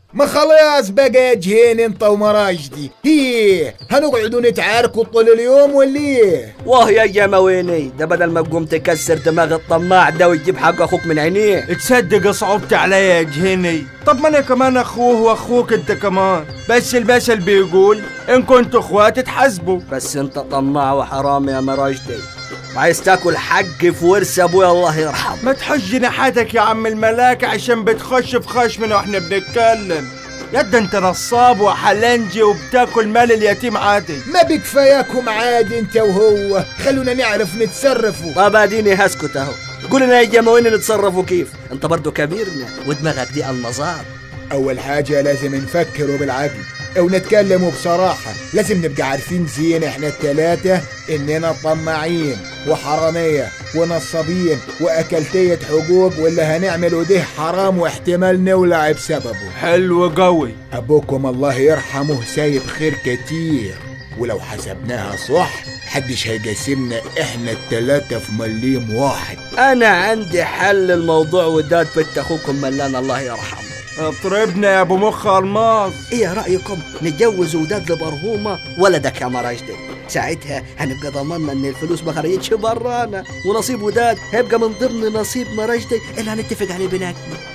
ما خلاص بقى جهين انت ومراجدي، هي هنقعدوا نتعاركوا طول اليوم ولا ايه؟ واه يا جماويني، ده بدل ما تقوم تكسر دماغ الطماع ده وتجيب حق اخوك من عينيه. تصدق صعبت عليا يا جهيني. طب ما انا كمان اخوه واخوك انت كمان، بس المثل بيقول ان كنتوا اخوات تحاسبوا. بس انت طماع وحرامي يا مراجدي، وعايز تاكل حق في ورث ابويا الله يرحمه. ما تحج ناحيتك يا عم الملاك عشان بتخش في خشمنا واحنا بنتكلم. يد انت نصاب وحلنجي وبتاكل مال اليتيم عادي. ما بكفاياكم عادي انت وهو، خلونا نعرف نتصرفوا. طب اديني هسكت اهو، قول لنا يا جماويني نتصرفوا كيف؟ انت برضو كبيرنا ودماغك دي المظار. اول حاجة لازم نفكروا بالعقل ونتكلموا بصراحة. لازم نبقى عارفين زين احنا التلاتة اننا طماعين وحرامية ونصابين واكلتية حقوق، واللي هنعمله ده حرام واحتمال نولع بسببه. حلو قوي. ابوكم الله يرحمه سايب خير كتير، ولو حسبناها صح محدش هيقاسمنا احنا التلاتة في مليم واحد. انا عندي حل الموضوع وداد بنت اخوكم ملان الله يرحمه. اضربنا يا ابو مخ الماظ. ايه رايكم نتجوز وداد لبرهومه ولدك يا مراجدي؟ ساعتها هنبقى ضمننا ان الفلوس ما خرجتش برانا، ونصيب وداد هيبقى من ضمن نصيب مراجدي اللي هنتفق عليه بيناتنا.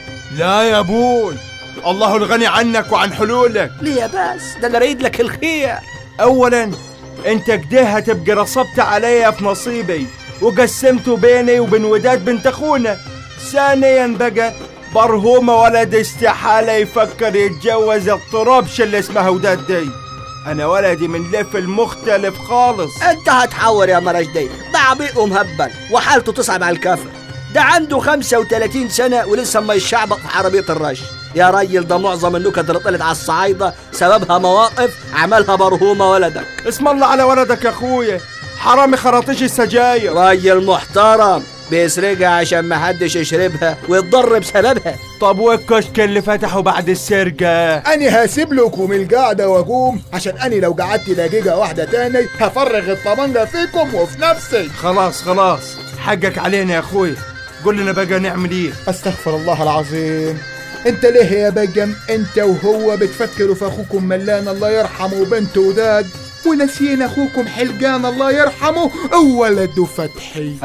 لا يا ابوي، الله الغني عنك وعن حلولك. ليه بس؟ ده اللي رايد لك الخير. اولا انت كده هتبقى رصبت عليا في نصيبي وقسمته بيني وبين وداد بنت اخونا. ثانيا بقى برهومه ولد استحاله يفكر يتجوز الطرابش اللي اسمها وداد دي. انا ولدي من ليفل مختلف خالص. انت هتحور يا مراجدي، ده عبيط ومهبل وحالته تصعب على الكافر. ده عنده 35 سنة ولسه ما يشعبط في عربية الرش. يا راجل ده معظم النكت اللي طلعت على الصعايدة سببها مواقف عملها برهومة ولدك. اسم الله على ولدك يا اخويا، حرامي خراطيش السجاير. راجل محترم بيسرقها عشان ما حدش يشربها ويتضر بسببها. طب والكشك اللي فتحه بعد السرقة؟ أنا هسيب لكم القعدة وأقوم، عشان أنا لو قعدت دقيقة واحدة تاني هفرغ الطبنجة فيكم وفي نفسي. خلاص حقك علينا يا أخوي، قول لنا بقى نعمل إيه؟ أستغفر الله العظيم. أنت ليه يا بجم أنت وهو بتفكروا في أخوكم ملان الله يرحمه وبنته وداد، ونسيين أخوكم حلقان الله يرحمه وولده فتحي؟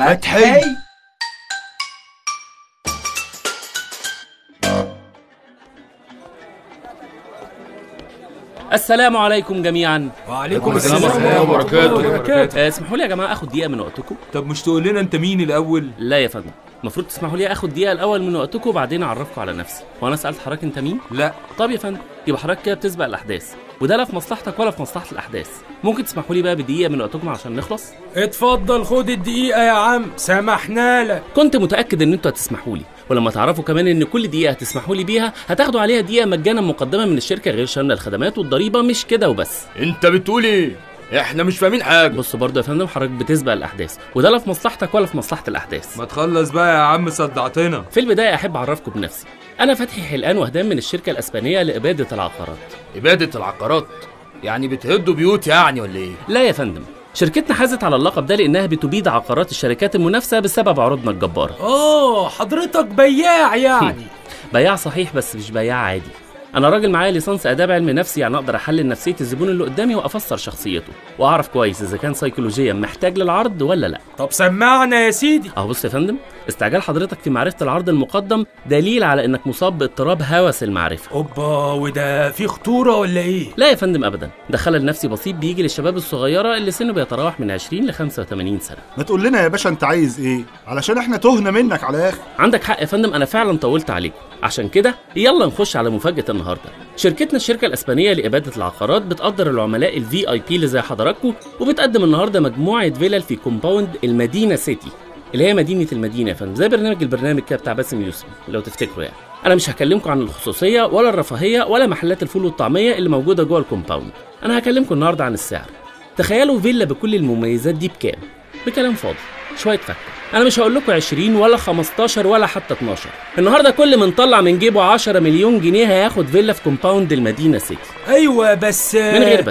السلام عليكم جميعا. وعليكم السلام ورحمة الله وبركاته. اسمحوا لي يا جماعة اخد دقيقة من وقتكم. طب مش تقول لنا انت مين الأول؟ لا يا فندم، المفروض تسمحوا لي اخد دقيقة الأول من وقتكم وبعدين أعرفكم على نفسي. وأنا سألت حضرتك أنت مين؟ لا. طب يا فندم يبقى حضرتك كده بتسبق الأحداث، وده لا في مصلحتك ولا في مصلحة الأحداث. ممكن تسمحوا لي بقى بدقيقة من وقتكم عشان نخلص؟ اتفضل خد الدقيقة يا عم، سامحنا لك. كنت متأكد إن أنتوا هتسمحوا لي، ولما تعرفوا كمان إن كل دقيقة هتسمحوا لي بيها هتاخدوا عليها دقيقة مجانا مقدمة من الشركة غير شاملة الخدمات والضريبة. مش كده وبس. انت بتقول ايه؟ احنا مش فاهمين حاجة. بص برضه يا فندم، حضرتك بتسبق الأحداث، وده لا في مصلحتك ولا في مصلحة الأحداث. ما تخلص بقى يا عم، صدعتنا. في البداية أحب أعرفكم بنفسي. أنا فتحي حلقان وهدان من الشركة الأسبانية لإبادة العقارات. إبادة العقارات؟ يعني بتهدوا بيوت يعني ولا إيه؟ لا يا فندم، شركتنا حازت على اللقب ده لأنها بتبيد عقارات الشركات المنافسة بسبب عروضنا الجبارة. حضرتك بياع يعني؟ بياع صحيح، بس مش بياع عادي. أنا راجل معايا ليسانس آداب علم نفسي، يعني أقدر أحلل نفسية الزبون اللي قدامي وأفسر شخصيته وأعرف كويس إذا كان سيكولوجيا محتاج للعرض ولا لأ. طب سمعنا يا سيدي. بص يا فندم، استعجال حضرتك في معرفة العرض المقدم دليل على إنك مصاب باضطراب هوس المعرفة. أوبا، وده في خطورة ولا إيه؟ لا يا فندم أبدا، ده خلل نفسي بسيط بيجي للشباب الصغيرة اللي سنه بيتراوح من 20 ل 85 سنة. ما تقول لنا يا باشا أنت عايز إيه؟ علشان إحنا تهنا منك على الآخر. عندك حق يا فندم، أنا فعلا طولت عليكم، عشان كده يلا نخش على مفاجأة النهاردة. شركتنا الشركة الأسبانية لإبادة العقارات بتقدر العملاء الفي اي بي اللي زي حضراتكم، وبتقدم النهارده مجموعة فيلل في كومباوند المدينة سيتي، اللي هي مدينة المدينة يا فندم، زي البرنامج كده بتاع باسم يوسف لو تفتكروا يعني. أنا مش هكلمكم عن الخصوصية ولا الرفاهية ولا محلات الفول والطعمية اللي موجودة جوه الكومباوند، أنا هكلمكم النهارده عن السعر. تخيلوا فيلا بكل المميزات دي بكام؟ بكلام فاضي، شوية فكة. أنا مش هقول لكم 20 ولا 15 ولا حتى 12، النهارده كل من طلع من جيبه 10 مليون جنيه هياخد فيلا في كومباوند المدينة سيتي. أيوة بس من غير بس،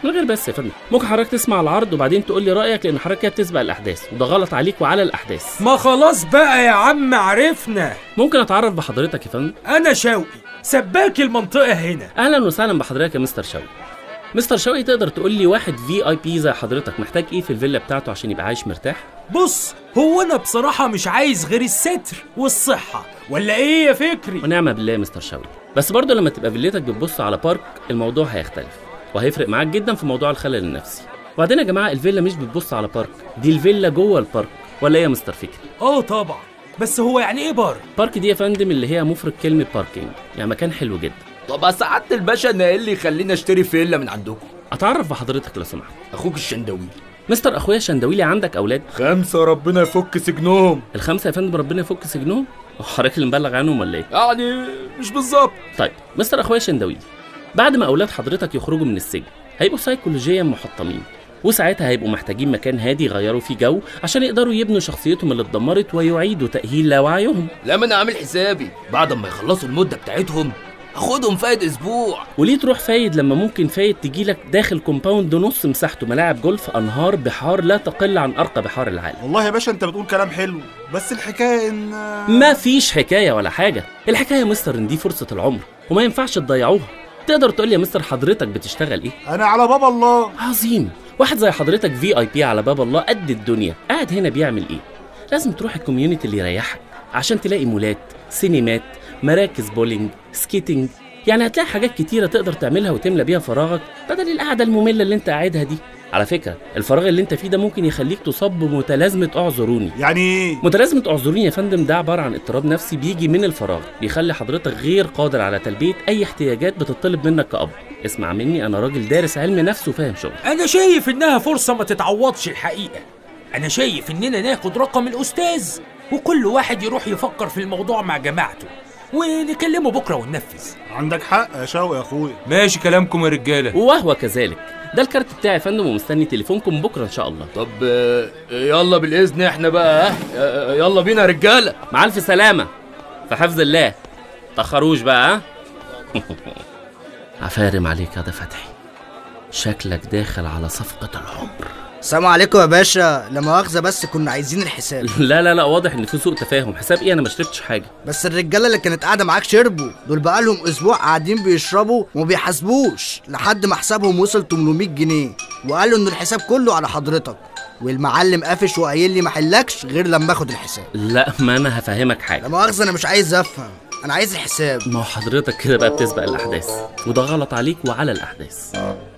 من غير بس يا فندم. ممكن حضرتك تسمع العرض وبعدين تقول لي رايك، لان حضرتك كده بتسبق الاحداث وده غلط عليك وعلى الاحداث. ما خلاص بقى يا عم عرفنا. ممكن اتعرف بحضرتك يا فندم؟ انا شوقي، سباك المنطقه هنا. اهلا وسهلا بحضرتك يا مستر شوقي. مستر شوقي، تقدر تقول لي واحد VIP زي حضرتك محتاج ايه في الفيلا بتاعته عشان يبقى عايش مرتاح؟ بص، هو انا بصراحه مش عايز غير الستر والصحه، ولا ايه يا فكري؟ ونعم بالله يا مستر شوقي. بس برضه لما تبقى فيلتك بتبص على بارك الموضوع هيختلف وهيفرق معاك جدا في موضوع الخلل النفسي. وبعدين يا جماعه الفيلا مش بتبص على بارك، دي الفيلا جوه البارك، ولا ايه يا مستر فكري؟ طبعا، بس هو يعني ايه بارك؟ بارك دي يا فندم اللي هي مفرد كلمه باركينج، يعني مكان حلو جدا. طب سعادة الباشا انا ايه اللي يخليني اشتري فيلا من عندكم؟ اتعرف بحضرتك لو سمحت؟ اخوك الشندويلي. مستر اخويا الشندويلي، عندك اولاد؟ 5 ربنا يفك سجنهم. ال5 يا فندم ربنا يفك سجنهم؟ حضرتك اللي مبلغ عنهم ولا ايه؟ يعني مش بالظبط. طيب مستر اخويا الشندويلي، بعد ما اولاد حضرتك يخرجوا من السجن هيبقوا سيكولوجيا محطمين، وساعتها هيبقوا محتاجين مكان هادي يغيروا فيه جو عشان يقدروا يبنوا شخصيتهم اللي اتدمرت ويعيدوا تأهيل لاوعيهم. لا، ما انا عامل حسابي بعد ما يخلصوا المدة بتاعتهم هاخدهم فايد اسبوع. وليه تروح فايد لما ممكن فايد تجيلك داخل كومباوند نص مساحته ملاعب جولف، انهار، بحار لا تقل عن ارقى بحار العالم؟ والله يا باشا انت بتقول كلام حلو، بس الحكايه ان ما فيش حكايه ولا حاجه. الحكايه يا مستر ان دي فرصه العمر وما ينفعش تضيعوها. تقدر تقول لي يا مستر حضرتك بتشتغل ايه؟ انا على باب الله. عظيم. واحد زي حضرتك VIP على باب الله قد الدنيا، قاعد هنا بيعمل ايه؟ لازم تروح الكوميونتي اللي يريحك عشان تلاقي مولات، سينمات، مراكز بولينج، سكيتنج، يعني هتلاقي حاجات كتيرة تقدر تعملها وتملى بيها فراغك بدل القعدة المملة اللي انت قاعدها دي. على فكرة الفراغ اللي انت فيه ده ممكن يخليك تصاب بمتلازمة اعذروني. يعني ايه؟ متلازمة اعذروني يا فندم ده عبارة عن اضطراب نفسي بيجي من الفراغ، بيخلي حضرتك غير قادر على تلبية اي احتياجات بتطلب منك كأب. اسمع مني، انا راجل دارس علم نفس وفاهم شغل. انا شايف انها فرصه ما تتعوضش الحقيقه. انا شايف اننا ناخد رقم الاستاذ وكل واحد يروح يفكر في الموضوع مع جماعته ونكلمه بكره وننفذ. عندك حق يا شوقي يا اخويا. ماشي كلامكم يا رجاله. وهو كذلك. ده الكارت بتاعي يا فندم ومستني تليفونكم بكره ان شاء الله. طب يلا بالاذن احنا بقى. يلا بينا يا رجاله. مع الف سلامه في حفظ الله. تاخروش بقى. عفارم عليك يا ده فتحي، شكلك داخل على صفقه العمر. السلام عليكم يا باشا، لا مؤاخذة بس كنا عايزين الحساب. لا واضح ان في سوء تفاهم. حساب ايه؟ انا ما شربتش حاجه. بس الرجاله اللي كانت قاعده معاك شربوا، دول بقالهم اسبوع قاعدين بيشربوا وما بيحاسبوش لحد ما حسابهم وصل 800 جنيه وقالوا ان الحساب كله على حضرتك، والمعلم قافش وقايل لي ما حلكش غير لما اخد الحساب. لا ما انا هفهمك حاجه. لا مؤاخذة انا مش عايز افهم، انا عايز الحساب. ما هو حضرتك كده بقى بتسبق الاحداث وده غلط عليك وعلى الاحداث.